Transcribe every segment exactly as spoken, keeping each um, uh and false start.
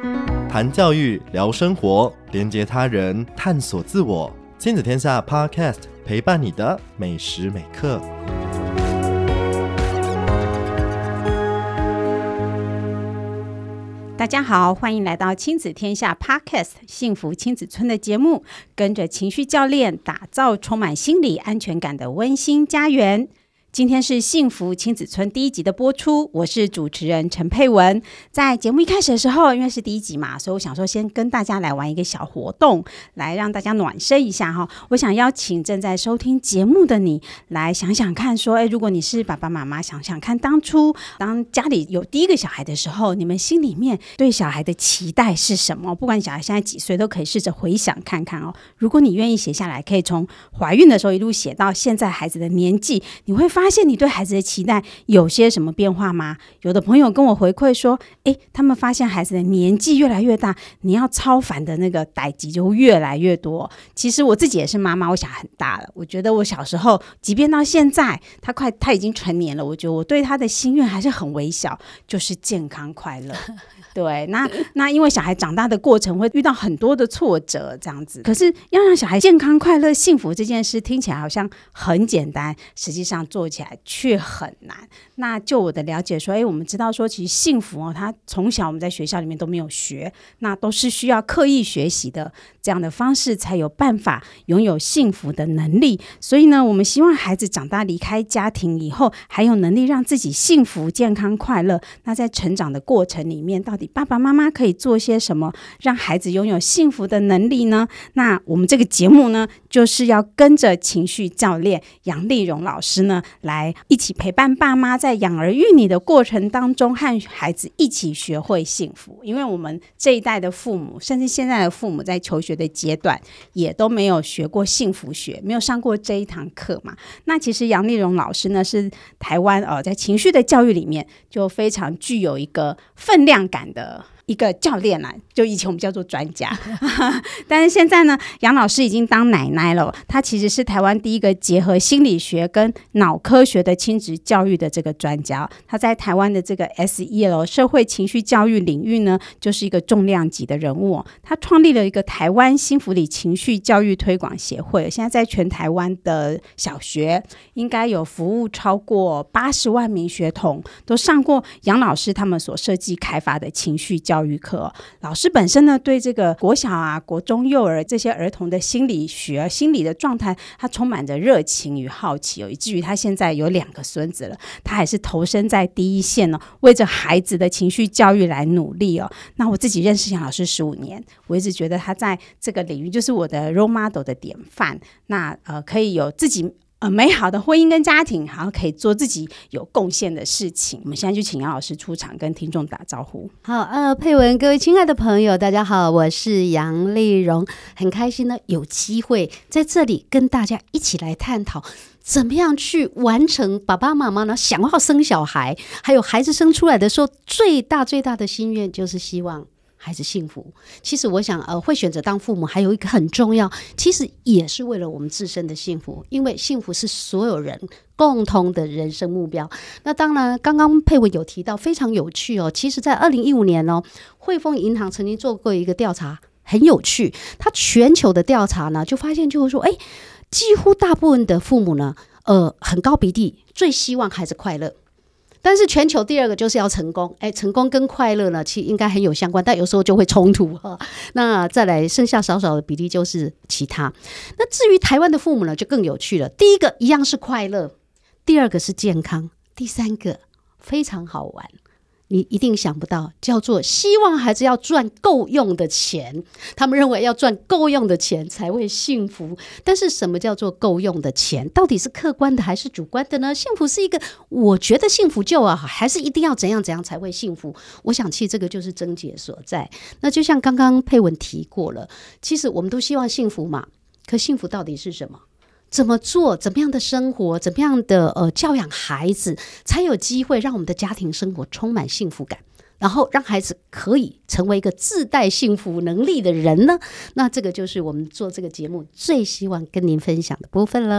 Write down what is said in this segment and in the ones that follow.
谈教育，聊生活，连结他人，探索自我。亲子天下 Podcast 陪伴你的每时每刻。 大家好，欢迎来到亲子天下 Podcast 幸福亲子村的节目，跟着情绪教练打造充满心理安全感的温馨家园。今天是幸福亲子村第一集的播出，我是主持人陈佩文。在节目一开始的时候，因为是第一集嘛，所以我想说先跟大家来玩一个小活动，来让大家暖身一下哈。我想邀请正在收听节目的你，来想想看说，哎，如果你是爸爸妈妈，想想看当初当家里有第一个小孩的时候，你们心里面对小孩的期待是什么？不管小孩现在几岁，都可以试着回想看看哦。如果你愿意写下来，可以从怀孕的时候一路写到现在孩子的年纪，你会发现发现你对孩子的期待有些什么变化吗？有的朋友跟我回馈说，诶，他们发现孩子的年纪越来越大，你要超凡的那个代际就越来越多。其实我自己也是妈妈，我小孩很大了，我觉得我小时候即便到现在他快他已经成年了，我觉得我对他的心愿还是很微小，就是健康快乐。对，那那因为小孩长大的过程会遇到很多的挫折这样子，可是要让小孩健康快乐幸福这件事听起来好像很简单，实际上做起来却很难。那就我的了解说，哎，我们知道说其实幸福哦，他从小我们在学校里面都没有学，那都是需要刻意学习的，这样的方式才有办法拥有幸福的能力。所以呢，我们希望孩子长大离开家庭以后，还有能力让自己幸福健康快乐。那在成长的过程里面，到底爸爸妈妈可以做些什么让孩子拥有幸福的能力呢？那我们这个节目呢，就是要跟着情绪教练杨丽蓉老师呢，来一起陪伴爸妈在养儿育女的过程当中，和孩子一起学会幸福。因为我们这一代的父母，甚至现在的父母，在求学的阶段也都没有学过幸福学，没有上过这一堂课嘛。那其实杨丽蓉老师呢，是台湾呃在情绪的教育里面就非常具有一个分量感的一个教练啦，就以前我们叫做专家但是现在呢，杨老师已经当奶奶了，她其实是台湾第一个结合心理学跟脑科学的亲子教育的这个专家。她在台湾的这个 S E L 社会情绪教育领域呢，就是一个重量级的人物。她创立了一个台湾新福里情绪教育推广协会，现在在全台湾的小学应该有服务超过八十万名学童，都上过杨老师他们所设计开发的情绪教育教育课。老师本身呢，对这个国小啊、国中、幼儿这些儿童的心理学、心理的状态，他充满着热情与好奇哦，以至于他现在有两个孙子了，他还是投身在第一线哦，为着孩子的情绪教育来努力哦。那我自己认识杨老师十五年，我一直觉得他在这个领域就是我的 role model 的典范。那呃，可以有自己呃，美好的婚姻跟家庭，好像可以做自己有贡献的事情。我们现在就请杨老师出场，跟听众打招呼。 好，呃，佩文，各位亲爱的朋友，大家好，我是杨丽蓉，很开心呢，有机会在这里跟大家一起来探讨，怎么样去完成爸爸妈妈呢想要生小孩，还有孩子生出来的时候，最大最大的心愿就是希望孩子幸福。其实我想呃，会选择当父母还有一个很重要，其实也是为了我们自身的幸福，因为幸福是所有人共同的人生目标。那当然刚刚佩文有提到非常有趣哦，其实在二零一五年哦，汇丰银行曾经做过一个调查，很有趣，它全球的调查呢就发现就是说，哎，几乎大部分的父母呢呃，很高比例最希望孩子快乐，但是全球第二个就是要成功，哎，成功跟快乐呢，其实应该很有相关，但有时候就会冲突哈。那再来剩下少少的比例就是其他。那至于台湾的父母呢，就更有趣了。第一个一样是快乐，第二个是健康，第三个非常好玩。你一定想不到，叫做希望孩子要赚够用的钱，他们认为要赚够用的钱才会幸福。但是什么叫做够用的钱？到底是客观的还是主观的呢？幸福是一个我觉得幸福就啊，还是一定要怎样怎样才会幸福？我想其实这个就是症结所在。那就像刚刚佩文提过了，其实我们都希望幸福嘛，可幸福到底是什么？怎么做，怎么样的生活，怎么样的呃教养孩子，才有机会让我们的家庭生活充满幸福感，然后让孩子可以成为一个自带幸福能力的人呢？那这个就是我们做这个节目最希望跟您分享的部分了。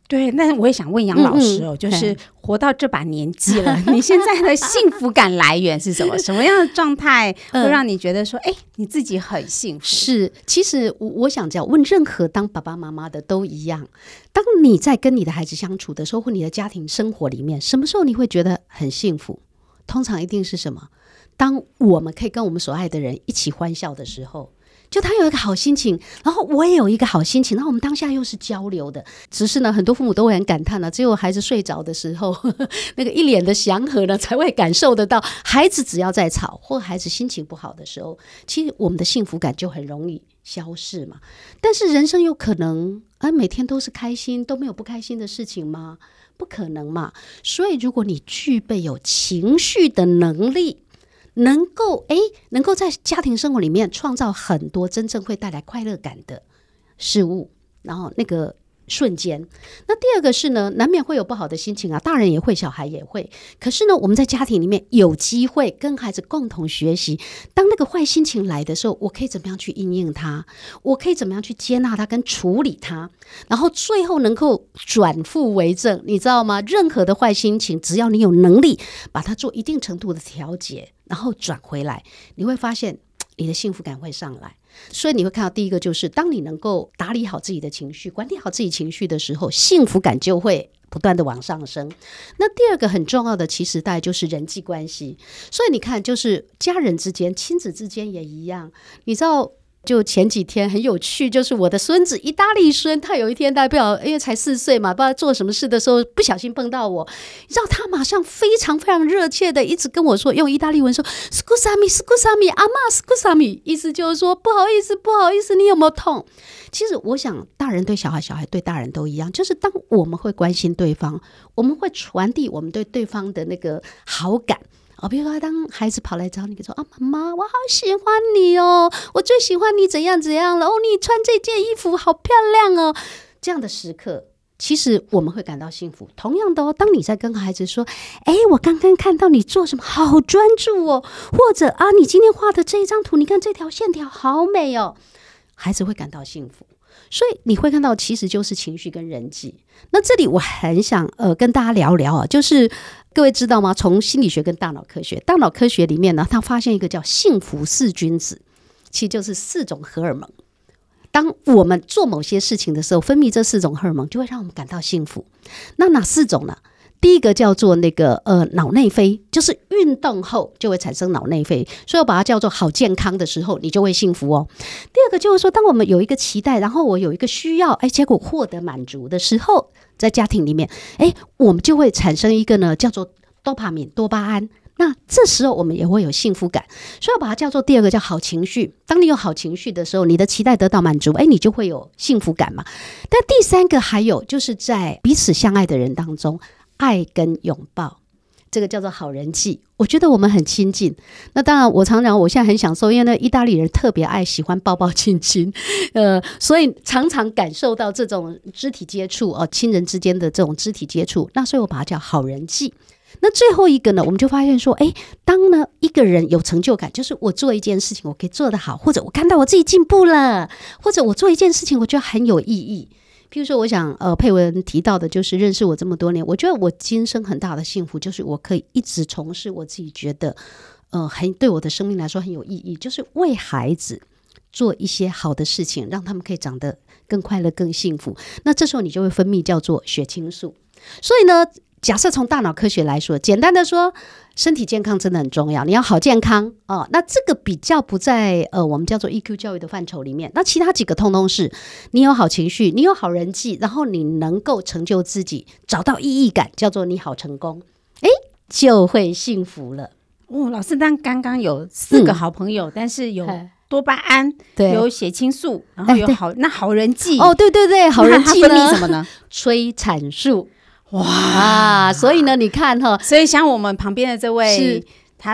对，那我也想问杨老师哦，嗯嗯就是活到这把年纪了，你现在的幸福感来源是什么？什么样的状态会让你觉得说，哎、嗯，你自己很幸福？ 是，其实我想讲，问任何当爸爸妈妈的都一样。当你在跟你的孩子相处的时候，或你的家庭生活里面，什么时候你会觉得很幸福？通常一定是什么？当我们可以跟我们所爱的人一起欢笑的时候。就他有一个好心情，然后我也有一个好心情，然后我们当下又是交流的。只是呢，很多父母都会很感叹呢、啊，只有孩子睡着的时候，呵呵那个一脸的祥和呢，才会感受得到。孩子只要在吵，或孩子心情不好的时候，其实我们的幸福感就很容易消逝嘛。但是人生有可能啊，每天都是开心，都没有不开心的事情吗？不可能嘛。所以如果你具备有情绪的能力，能够诶，能够在家庭生活里面创造很多真正会带来快乐感的事物，然后那个瞬间。那第二个是呢，难免会有不好的心情啊，大人也会，小孩也会。可是呢，我们在家庭里面有机会跟孩子共同学习，当那个坏心情来的时候，我可以怎么样去因应它，我可以怎么样去接纳它跟处理它，然后最后能够转负为正，你知道吗？任何的坏心情，只要你有能力把它做一定程度的调节，然后转回来，你会发现你的幸福感会上来。所以你会看到第一个就是当你能够打理好自己的情绪，管理好自己情绪的时候，幸福感就会不断的往上升。那第二个很重要的其实大概就是人际关系。所以你看，就是家人之间，亲子之间也一样。你知道就前几天很有趣，就是我的孙子意大利孙，他有一天大概不知道，因为才四岁嘛，不知道做什么事的时候不小心碰到我，你知道他马上非常非常热切的一直跟我说，用意大利文说 Scusami Scusami 阿嬷 Scusami， 意思就是说不好意思不好意思，你有没有痛？其实我想大人对小孩，小孩对大人都一样，就是当我们会关心对方，我们会传递我们对对方的那个好感哦，比如说当孩子跑来找你说啊，妈妈我好喜欢你哦，我最喜欢你怎样怎样了哦，你穿这件衣服好漂亮哦，这样的时刻其实我们会感到幸福。同样的哦，当你在跟孩子说，哎，我刚刚看到你做什么好专注哦，或者啊，你今天画的这一张图，你看这条线条好美哦，孩子会感到幸福。所以你会看到其实就是情绪跟人际。那这里我很想呃跟大家聊聊啊，就是各位知道吗？从心理学跟大脑科学，大脑科学里面呢，他发现一个叫幸福四君子，其实就是四种荷尔蒙。当我们做某些事情的时候，分泌这四种荷尔蒙，就会让我们感到幸福。那哪四种呢？第一个叫做那个呃脑内啡，就是运动后就会产生脑内啡，所以我把它叫做好健康的时候，你就会幸福哦。第二个就是说，当我们有一个期待，然后我有一个需要，哎，结果获得满足的时候，在家庭里面，哎，我们就会产生一个呢叫做多巴胺，多巴胺。那这时候我们也会有幸福感，所以我把它叫做第二个叫好情绪。当你有好情绪的时候，你的期待得到满足，哎，你就会有幸福感嘛。但第三个还有就是在彼此相爱的人当中，爱跟拥抱，这个叫做好人际。我觉得我们很亲近。那当然我常常我现在很享受，因为那意大利人特别爱喜欢抱抱亲亲，呃，所以常常感受到这种肢体接触哦，亲人之间的这种肢体接触，那所以我把它叫好人际。那最后一个呢，我们就发现说，哎，当呢一个人有成就感，就是我做一件事情我可以做得好，或者我看到我自己进步了，或者我做一件事情我觉得很有意义。譬如说我想呃，佩文提到的就是认识我这么多年，我觉得我今生很大的幸福就是我可以一直从事我自己觉得呃很对我的生命来说很有意义，就是为孩子做一些好的事情，让他们可以长得更快乐更幸福。那这时候你就会分泌叫做血清素。所以呢，假设从大脑科学来说，简单的说，身体健康真的很重要，你要好健康哦。那这个比较不在呃我们叫做 E Q 教育的范畴里面。那其他几个通通是你有好情绪，你有好人际，然后你能够成就自己，找到意义感，叫做你好成功，哎，就会幸福了。 哦，老师，但刚刚有四个好朋友，嗯、但是有多巴胺，对，有血清素，然后有好、哎、那好人际哦，对对对，好人际呢， 分泌什么呢？ 催产素。 哇、 啊，所以呢，你看哈， 所以像我们旁边的这位，他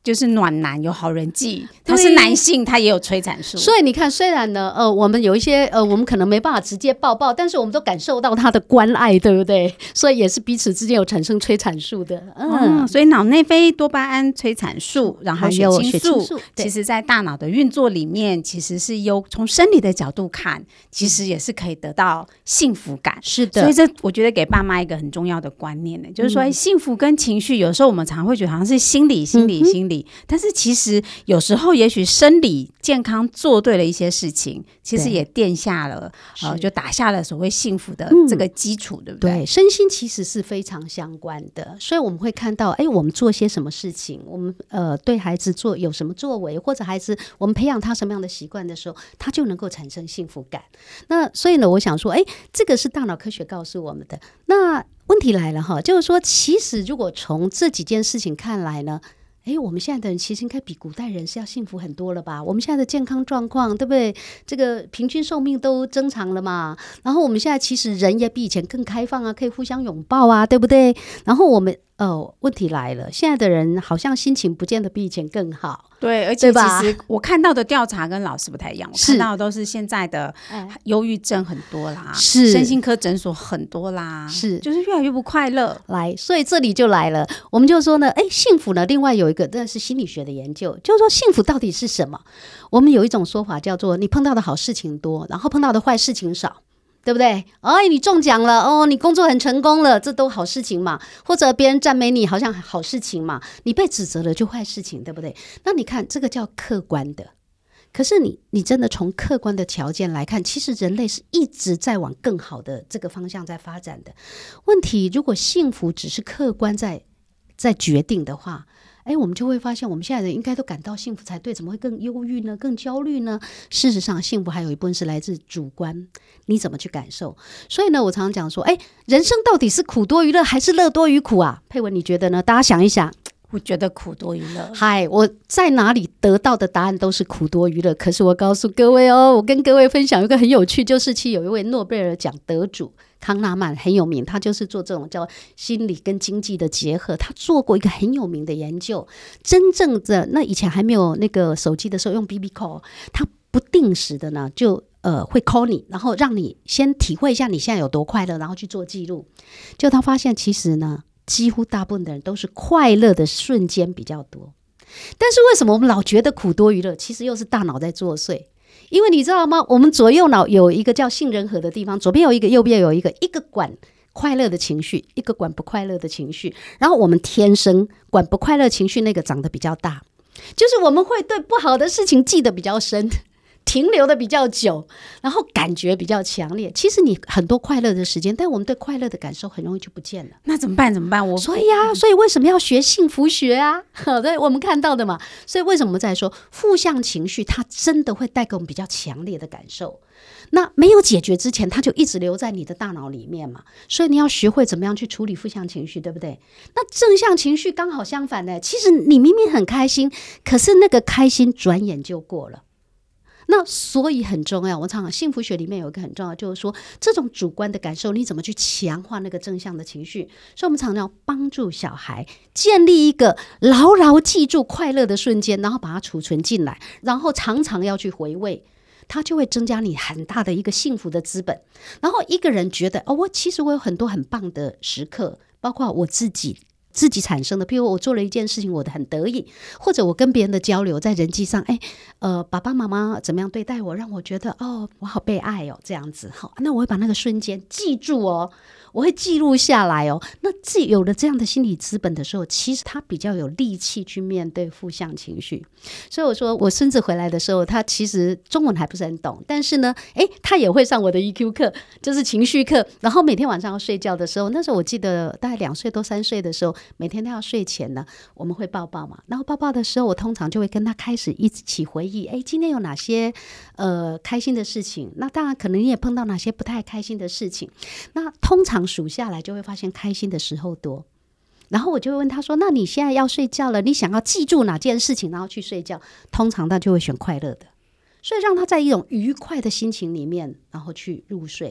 就是暖男有好人剂，他是男性他也有催产素。 所以你看，虽然呢呃我们有一些呃我们可能没办法直接抱抱，但是我们都感受到他的关爱，对不对？所以也是彼此之间有产生催产素的。嗯， 嗯，所以脑内啡、多巴胺、催产素，然后血清素， 素其实在大脑的运作里面，其实是由从生理的角度看，其实也是可以得到幸福感。 是的， 所以这我觉得给爸妈一个很重要的观念呢，就是说、嗯、幸福跟情绪，有时候我们常常会觉得好像是心理、心理、嗯、心理，但是其实有时候也许生理健康做对了一些事情，其实也奠下了呃，就打下了所谓幸福的这个基础、嗯、对不对？ 对，身心其实是非常相关的，所以我们会看到，哎，我们做些什么事情，我们呃对孩子做有什么作为，或者孩子我们培养他什么样的习惯的时候，他就能够产生幸福感。那所以呢，我想说，哎，这个是大脑科学告诉我们的。那问题来了哈，就是说，其实如果从这几件事情看来呢，哎，我们现在的人其实应该比古代人是要幸福很多了吧？我们现在的健康状况，对不对？这个平均寿命都增长了嘛。然后我们现在其实人也比以前更开放啊，可以互相拥抱啊，对不对？然后我们呃，问题来了，现在的人好像心情不见得比以前更好。 对，而且其实我看到的调查跟老师不太一样，我看到的都是现在的忧郁症很多啦，是身心科诊所很多啦，是就是越来越不快乐。 来，所以这里就来了，我们就说呢，哎，幸福呢，另外有一个那是心理学的研究，就是说幸福到底是什么？我们有一种说法叫做，你碰到的好事情多，然后碰到的坏事情少。对不对？哎，你中奖了哦，你工作很成功了，这都好事情嘛。或者别人赞美你，好像好事情嘛。你被指责了就坏事情，对不对？那你看这个叫客观的。可是你你真的从客观的条件来看，其实人类是一直在往更好的这个方向在发展的。问题如果幸福只是客观在在决定的话，哎，我们就会发现我们现在人应该都感到幸福才对，怎么会更忧郁呢？更焦虑呢？事实上，幸福还有一部分是来自主观，你怎么去感受？所以呢，我常常讲说，哎，人生到底是苦多于乐还是乐多于苦啊？佩文，你觉得呢？大家想一想。 我觉得苦多于乐。 嗨，我在哪里得到的答案都是苦多于乐。可是我告诉各位哦，我跟各位分享一个很有趣，就是其实有一位诺贝尔奖得主康纳曼很有名，他就是做这种叫心理跟经济的结合，他做过一个很有名的研究。真正的那以前还没有那个手机的时候，用 B B call， 他不定时的呢就呃会 call 你，然后让你先体会一下你现在有多快乐，然后去做记录。就他发现其实呢，几乎大部分的人都是快乐的瞬间比较多。但是为什么我们老觉得苦多于乐？其实又是大脑在作祟。因为你知道吗，我们左右脑有一个叫杏仁核的地方，左边有一个，右边有一个，一个管快乐的情绪，一个管不快乐的情绪。然后我们天生管不快乐情绪那个长得比较大，就是我们会对不好的事情记得比较深，停留的比较久，然后感觉比较强烈。其实你很多快乐的时间，但我们对快乐的感受很容易就不见了。 那怎么办？怎么办？我所以啊，所以为什么要学幸福学啊？对，我们看到的嘛。所以为什么我们在说负向情绪，它真的会带给我们比较强烈的感受。那没有解决之前，它就一直留在你的大脑里面嘛。所以你要学会怎么样去处理负向情绪，对不对？那正向情绪刚好相反的，其实你明明很开心，可是那个开心转眼就过了。那所以很重要，我常常幸福学里面有一个很重要，就是说这种主观的感受你怎么去强化那个正向的情绪。所以我们常常要帮助小孩建立一个牢牢记住快乐的瞬间，然后把它储存进来，然后常常要去回味，它就会增加你很大的一个幸福的资本。然后一个人觉得哦，我其实我有很多很棒的时刻，包括我自己自己产生的，譬如我做了一件事情我很得意，或者我跟别人的交流在人际上，哎，呃，爸爸妈妈怎么样对待我，让我觉得哦我好被爱哦，这样子。好，那我会把那个瞬间记住哦，我会记录下来哦。那自己有了这样的心理资本的时候，其实他比较有力气去面对负向情绪。所以我说我孙子回来的时候，他其实中文还不是很懂，但是呢诶他也会上我的 E Q 课，就是情绪课。然后每天晚上要睡觉的时候，那时候我记得大概两岁多三岁的时候，每天都要睡前呢我们会抱抱嘛，然后抱抱的时候我通常就会跟他开始一起回忆，诶今天有哪些呃开心的事情，那当然可能你也碰到哪些不太开心的事情，那通常数下来就会发现开心的时候多。然后我就会问他说，那你现在要睡觉了，你想要记住哪件事情然后去睡觉，通常他就会选快乐的。所以让他在一种愉快的心情里面然后去入睡，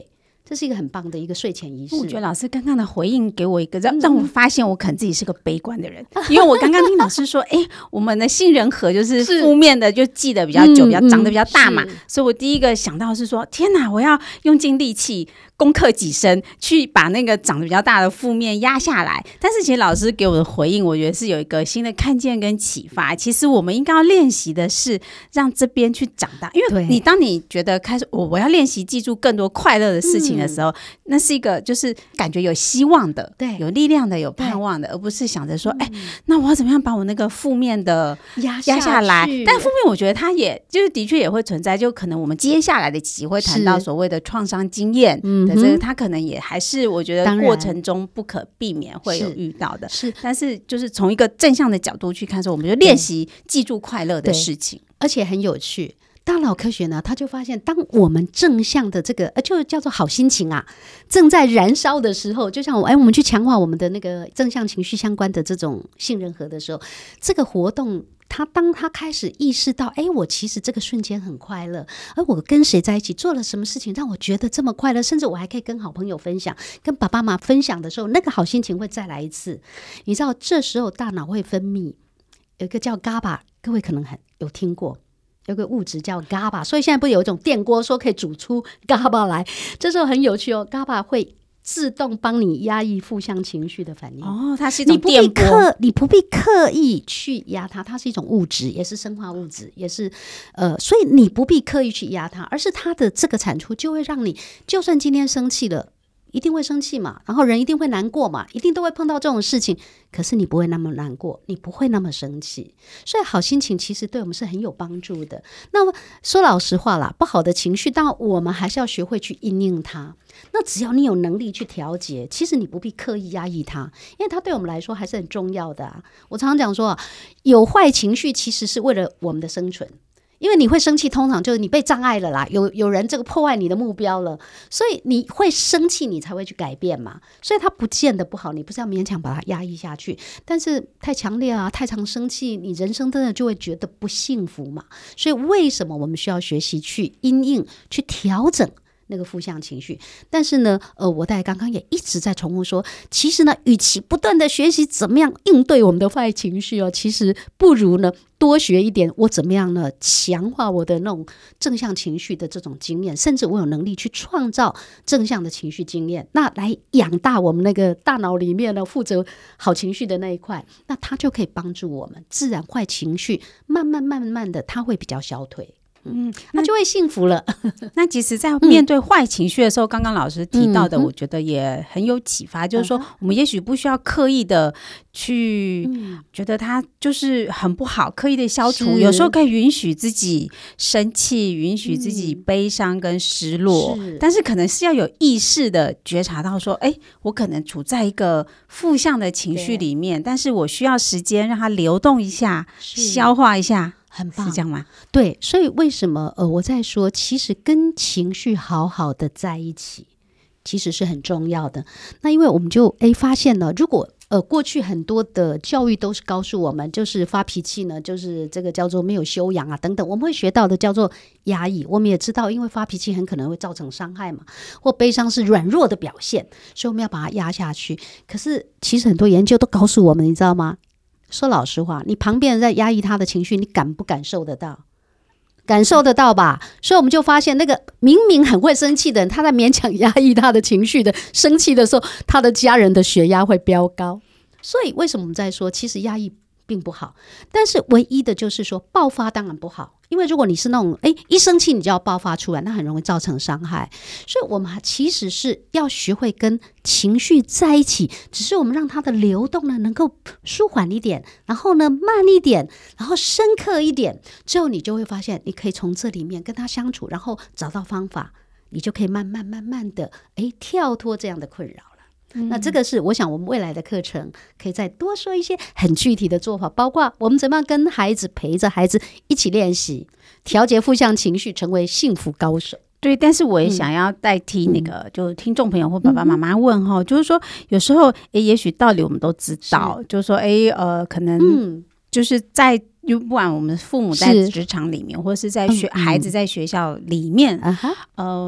这是一个很棒的一个睡前仪式。 我觉得老师刚刚的回应给我一个让让我发现我可能自己是个悲观的人，因为我刚刚听老师说，哎，我们的杏仁核就是负面的就记得比较久，比较长得比较大嘛，所以我第一个想到是说，天哪，我要用尽力气攻克己身，去把那个长得比较大的负面压下来。但是其实老师给我的回应，我觉得是有一个新的看见跟启发。其实我们应该要练习的是让这边去长大，因为你当你觉得开始我我要练习记住更多快乐的事情的时候，嗯、那是一个就是感觉有希望的，对，有力量的，有盼望的，而不是想着说，哎、嗯，那我要怎么样把我那个负面的压压下来？但负面我觉得它也就是的确也会存在，就可能我们接下来的几集会谈到所谓的创伤经验。的这个，他可能也还是我觉得过程中不可避免会有遇到的，是，但是就是从一个正向的角度去看说，我们就练习记住快乐的事情， 而且很有趣。大脑科学呢，他就发现，当我们正向的这个，呃，就叫做好心情啊，正在燃烧的时候，就像我，哎，我们去强化我们的那个正向情绪相关的这种杏仁核的时候，这个活动。他当他开始意识到，哎，我其实这个瞬间很快乐，而我跟谁在一起做了什么事情让我觉得这么快乐，甚至我还可以跟好朋友分享，跟爸爸妈妈分享的时候，那个好心情会再来一次。你知道，这时候大脑会分泌有一个叫 GABA， 各位可能很有听过。有个物质叫 GABA， 所以现在不是有一种电锅说可以煮出 GABA 来，这时候很有趣哦。GABA 会自动帮你压抑负向情绪的反应哦，它是一种电波， 你不必刻意去压它，它是一种物质，也是生化物质，也是呃，所以你不必刻意去压它，而是它的这个产出就会让你，就算今天生气了。一定会生气嘛，然后人一定会难过嘛，一定都会碰到这种事情，可是你不会那么难过，你不会那么生气，所以好心情其实对我们是很有帮助的。那么说老实话啦，不好的情绪当然我们还是要学会去因应它，那只要你有能力去调节，其实你不必刻意压抑它，因为它对我们来说还是很重要的啊。我常常讲说啊，有坏情绪其实是为了我们的生存，因为你会生气，通常就是你被障碍了啦，有有人这个破坏你的目标了，所以你会生气，你才会去改变嘛。所以它不见得不好，你不是要勉强把它压抑下去，但是太强烈啊，太常生气，你人生真的就会觉得不幸福嘛。所以为什么我们需要学习去因应、去调整那个负向情绪？但是呢，呃，我在刚刚也一直在重复说，其实呢，与其不断的学习怎么样应对我们的坏情绪哦，其实不如呢多学一点，我怎么样呢强化我的那种正向情绪的这种经验，甚至我有能力去创造正向的情绪经验，那来养大我们那个大脑里面呢负责好情绪的那一块，那它就可以帮助我们，自然坏情绪慢慢慢慢的它会比较消退。嗯，那就会幸福了。 那其实，在面对坏情绪的时候，刚刚老师提到的，我觉得也很有启发。嗯、就是说，我们也许不需要刻意的去觉得它就是很不好，刻意的消除。有时候可以允许自己生气，允许自己悲伤跟失落，是但是可能是要有意识的觉察到说，哎，我可能处在一个负向的情绪里面，但是我需要时间让它流动一下，消化一下。 很棒， 是这样吗？ 对，所以为什么呃我在说，其实跟情绪好好的在一起，其实是很重要的。那因为我们就哎发现了，如果呃过去很多的教育都是告诉我们，就是发脾气呢，就是这个叫做没有修养啊等等，我们会学到的叫做压抑。我们也知道，因为发脾气很可能会造成伤害嘛，或悲伤是软弱的表现，所以我们要把它压下去。可是其实很多研究都告诉我们，你知道吗？说老实话，你旁边人在压抑他的情绪，你感不感受得到？感受得到吧？所以我们就发现，那个明明很会生气的人，他在勉强压抑他的情绪的生气的时候，他的家人的血压会飙高。所以为什么我们在说，其实压抑并不好，但是唯一的就是说爆发当然不好，因为如果你是那种哎一生气你就要爆发出来，那很容易造成伤害。所以我们其实是要学会跟情绪在一起，只是我们让它的流动呢能够舒缓一点，然后呢慢一点，然后深刻一点，之后你就会发现你可以从这里面跟他相处，然后找到方法，你就可以慢慢慢慢的哎跳脱这样的困扰。那这个是我想我们未来的课程可以再多说一些很具体的做法，包括我们怎么样跟孩子陪着孩子一起练习调节负向情绪，成为幸福高手。 对，但是我也想要代替那个、嗯、就听众朋友或爸爸妈妈问哈、嗯，就是说有时候诶也许道理我们都知道，是就是说诶呃可能就是在不管我们父母在职场里面，或是在学孩子在学校里面，嗯、呃。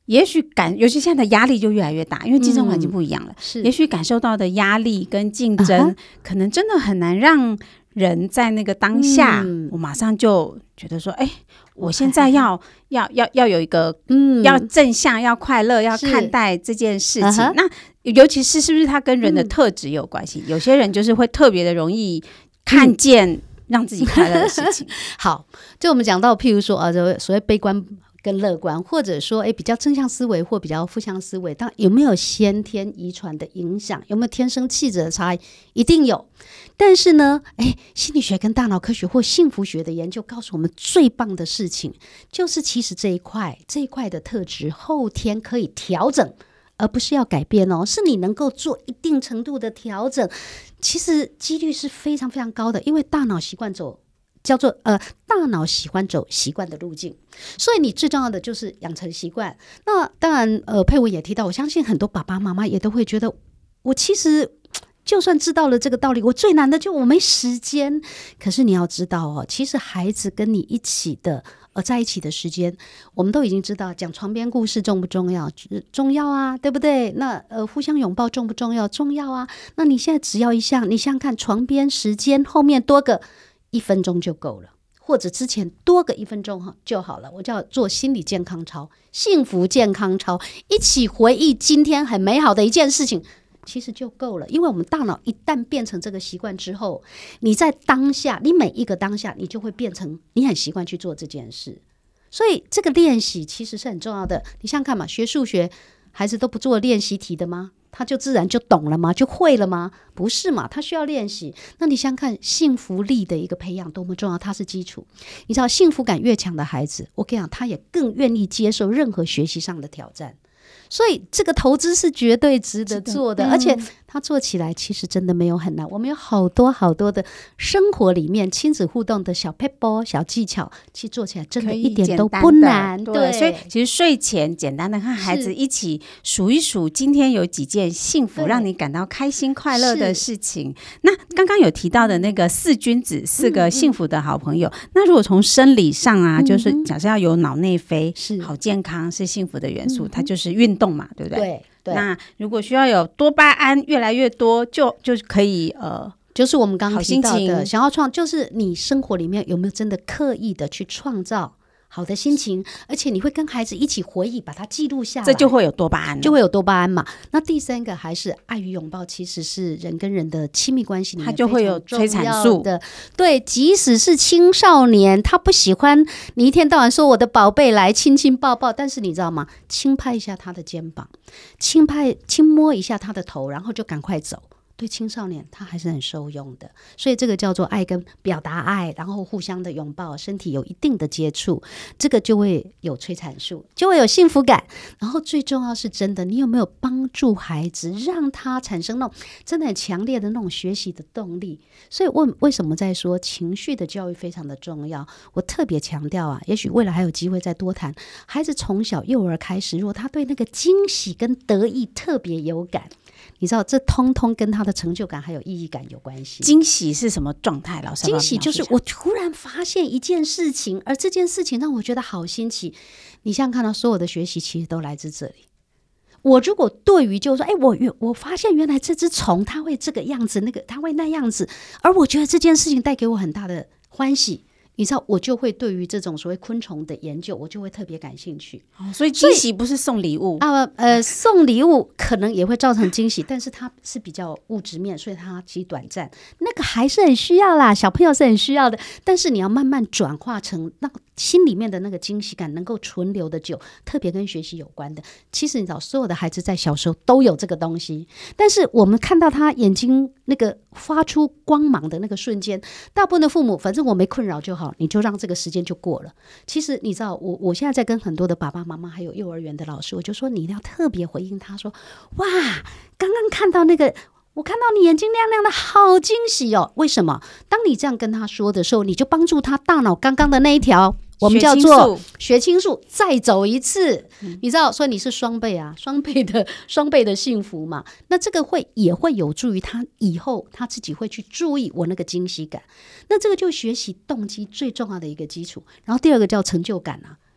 也许感，尤其现在的压力就越来越大，因为竞争环境不一样了， 嗯、是也许感受到的压力跟竞争、uh-huh. 可能真的很难让人在那个当下、嗯、我马上就觉得说哎，我现在要要要要有一个、嗯、要正向要快乐要看待这件事情、uh-huh. 那尤其是是不是它跟人的特质有关系、嗯、有些人就是会特别的容易看见让自己快乐的事情、嗯、 好，就我们讲到譬如说啊，所谓悲观跟乐观，或者说诶比较正向思维或比较负向思维，当有没有先天遗传的影响，有没有天生气质的差异，一定有。但是呢诶心理学跟大脑科学或幸福学的研究告诉我们最棒的事情，就是其实这一块这一块的特质后天可以调整，而不是要改变哦，是你能够做一定程度的调整，其实几率是非常非常高的，因为大脑习惯走叫做呃，大脑喜欢走习惯的路径，所以你最重要的就是养成习惯。那当然，呃，佩文也提到，我相信很多爸爸妈妈也都会觉得，我其实就算知道了这个道理，我最难的就我没时间。可是你要知道哦，其实孩子跟你一起的呃在一起的时间，我们都已经知道，讲床边故事重不重要？重要啊，对不对？那呃，互相拥抱重不重要？重要啊。那你现在只要一项，你想想看，床边时间后面多个一分钟就够了，或者之前多个一分钟就好了。我叫做心理健康操、幸福健康操，一起回忆今天很美好的一件事情，其实就够了。因为我们大脑一旦变成这个习惯之后，你在当下，你每一个当下，你就会变成你很习惯去做这件事。所以这个练习其实是很重要的。你想想看嘛，学数学孩子都不做练习题的吗？他就自然就懂了吗？就会了吗？不是嘛，他需要练习。那你想想看，幸福力的一个培养多么重要，它是基础。你知道幸福感越强的孩子，我跟你讲，他也更愿意接受任何学习上的挑战。所以这个投资是绝对值得做的，而且它做起来其实真的没有很难。我们有好多好多的生活里面亲子互动的小撇步、小技巧，其实做起来真的一点都不难。 对，对，所以其实睡前简单的和孩子一起数一数，今天有几件幸福让你感到开心快乐的事情。那刚刚有提到的那个四君子，四个幸福的好朋友，嗯嗯，那如果从生理上啊，嗯嗯，就是假设要有脑内啡，是好健康是幸福的元素，嗯嗯，它就是运动嘛，对不对？ 对对。 那如果需要有多巴胺越来越多，就就可以呃， 就是我们刚刚提到的，想要创，就是你生活里面有没有真的刻意的去创造好的心情，而且你会跟孩子一起回忆，把它记录下来， 这就会有多巴胺， 就会有多巴胺嘛。那第三个还是爱与拥抱，其实是人跟人的亲密关系里面它就会有催产素的。对，即使是青少年，他不喜欢你一天到晚说我的宝贝来亲亲抱抱，但是你知道吗？轻拍一下他的肩膀，轻拍轻摸一下他的头，然后就赶快走。对青少年他还是很受用的，所以这个叫做爱跟表达爱，然后互相的拥抱，身体有一定的接触，这个就会有催产素，就会有幸福感。然后最重要是真的，你有没有帮助孩子，让他产生那种真的很强烈的那种学习的动力。所以我为什么在说情绪的教育非常的重要，我特别强调啊，也许未来还有机会再多谈，孩子从小幼儿开始，如果他对那个惊喜跟得意特别有感，你知道这通通跟他的成就感还有意义感有关系。 惊喜是什么状态？老师， 惊喜就是我突然发现一件事情，而这件事情让我觉得好新奇。你想想看到所有的学习其实都来自这里。我如果对于就是说，哎，我我发现原来这只虫它会这个样子，那个它会那样子，而我觉得这件事情带给我很大的欢喜。你知道，我就会对于这种所谓昆虫的研究，我就会特别感兴趣。 哦、所以惊喜不是送礼物啊，呃，送礼物可能也会造成惊喜，但是它是比较物质面，所以它其实短暂。那个还是很需要啦，小朋友是很需要的，但是你要慢慢转化成那心里面的那个惊喜感能够存留的久，特别跟学习有关的。其实你知道，所有的孩子在小时候都有这个东西，但是我们看到他眼睛那个发出光芒的那个瞬间，大部分的父母反正我没困扰就好，你就让这个时间就过了。其实你知道，我我现在在跟很多的爸爸妈妈还有幼儿园的老师，我就说你一定要特别回应他说，哇，刚刚看到那个，我看到你眼睛亮亮的，好惊喜哦！为什么？当你这样跟他说的时候，你就帮助他大脑刚刚的那一条我们叫做血清素再走一次、嗯、你知道，所以你是双倍啊，双倍的双倍的幸福嘛。那这个会也会有助于他以后他自己会去注意我那个惊喜感，那这个就学习动机最重要的一个基础。然后第二个叫成就感啊，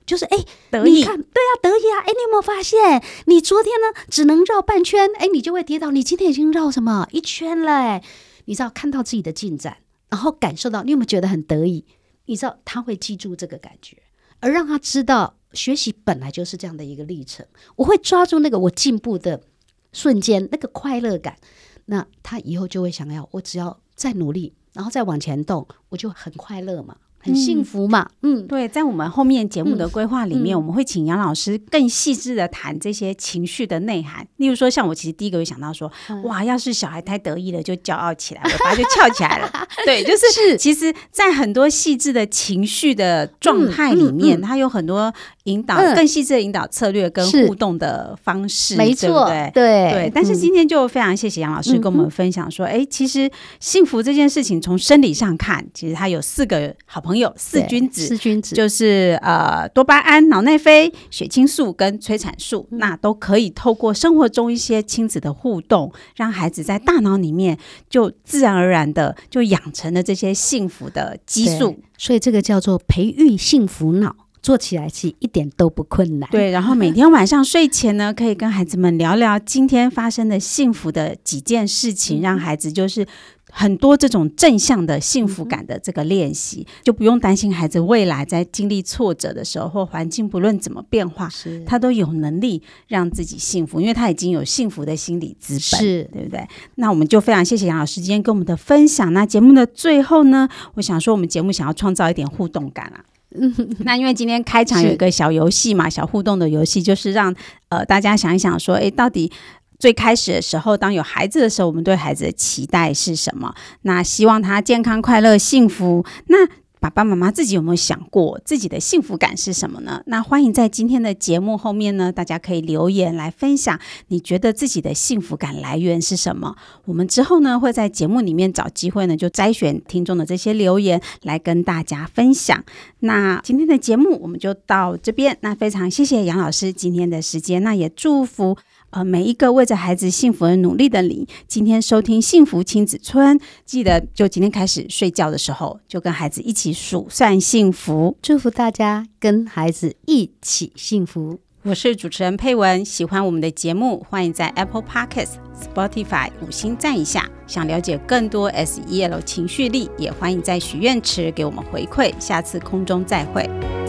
就是哎， 得意你看，对啊，得意啊！哎，你有没有发现，你昨天呢只能绕半圈，哎，你就会跌倒，你今天已经绕什么一圈了？哎，你知道看到自己的进展，然后感受到，你有没有觉得很得意？你知道他会记住这个感觉，而让他知道学习本来就是这样的一个历程。我会抓住那个我进步的瞬间，那个快乐感，那他以后就会想要，我只要再努力，然后再往前动，我就很快乐嘛。很幸福嘛，嗯， 嗯对，在我们后面节目的规划里面， 嗯、 我们会请杨老师更细致的谈这些情绪的内涵。例如说，像我其实第一个会想到说，嗯、哇，要是小孩太得意了，就骄傲起来，尾巴就翘起来了。对，就是，是其实，在很多细致的情绪的状态里面，嗯嗯嗯、它有很多引导、嗯、更细致的引导策略跟互动的方式， 没错， 对对对。但是今天就非常谢谢杨老师跟我们分享说，哎、嗯，其实幸福这件事情从生理上看，其实它有四个好朋友，四君子。 四君子就是呃多巴胺、脑内啡、血清素跟催产素，嗯、那都可以透过生活中一些亲子的互动，让孩子在大脑里面就自然而然的就养成了这些幸福的激素。 所以这个叫做培育幸福脑。做起来其实一点都不困难。 对，然后每天晚上睡前呢，可以跟孩子们聊聊今天发生的幸福的几件事情，嗯、让孩子就是很多这种正向的幸福感的这个练习，嗯、就不用担心孩子未来在经历挫折的时候，或环境不论怎么变化，他都有能力让自己幸福，因为他已经有幸福的心理资本， 是对不对？那我们就非常谢谢杨老师今天跟我们的分享。那节目的最后呢，我想说我们节目想要创造一点互动感啊。那因为今天开场有一个小游戏嘛，小互动的游戏，就是让呃大家想一想说，哎，到底最开始的时候，当有孩子的时候，我们对孩子的期待是什么？那希望他健康、快乐、幸福。那爸爸妈妈自己有没有想过自己的幸福感是什么呢？那欢迎在今天的节目后面呢，大家可以留言来分享，你觉得自己的幸福感来源是什么？我们之后呢，会在节目里面找机会呢，就摘选听众的这些留言来跟大家分享。那今天的节目我们就到这边，那非常谢谢杨老师今天的时间，那也祝福呃，每一个为着孩子幸福而努力的你，今天收听幸福亲子村，记得就今天开始睡觉的时候，就跟孩子一起数算幸福， 祝福大家跟孩子一起幸福。 我是主持人佩文，喜欢我们的节目，欢迎在 Apple Podcast、Spotify 五星赞一下。想了解更多 S E L 情绪力，也欢迎在许愿池给我们回馈。下次空中再会。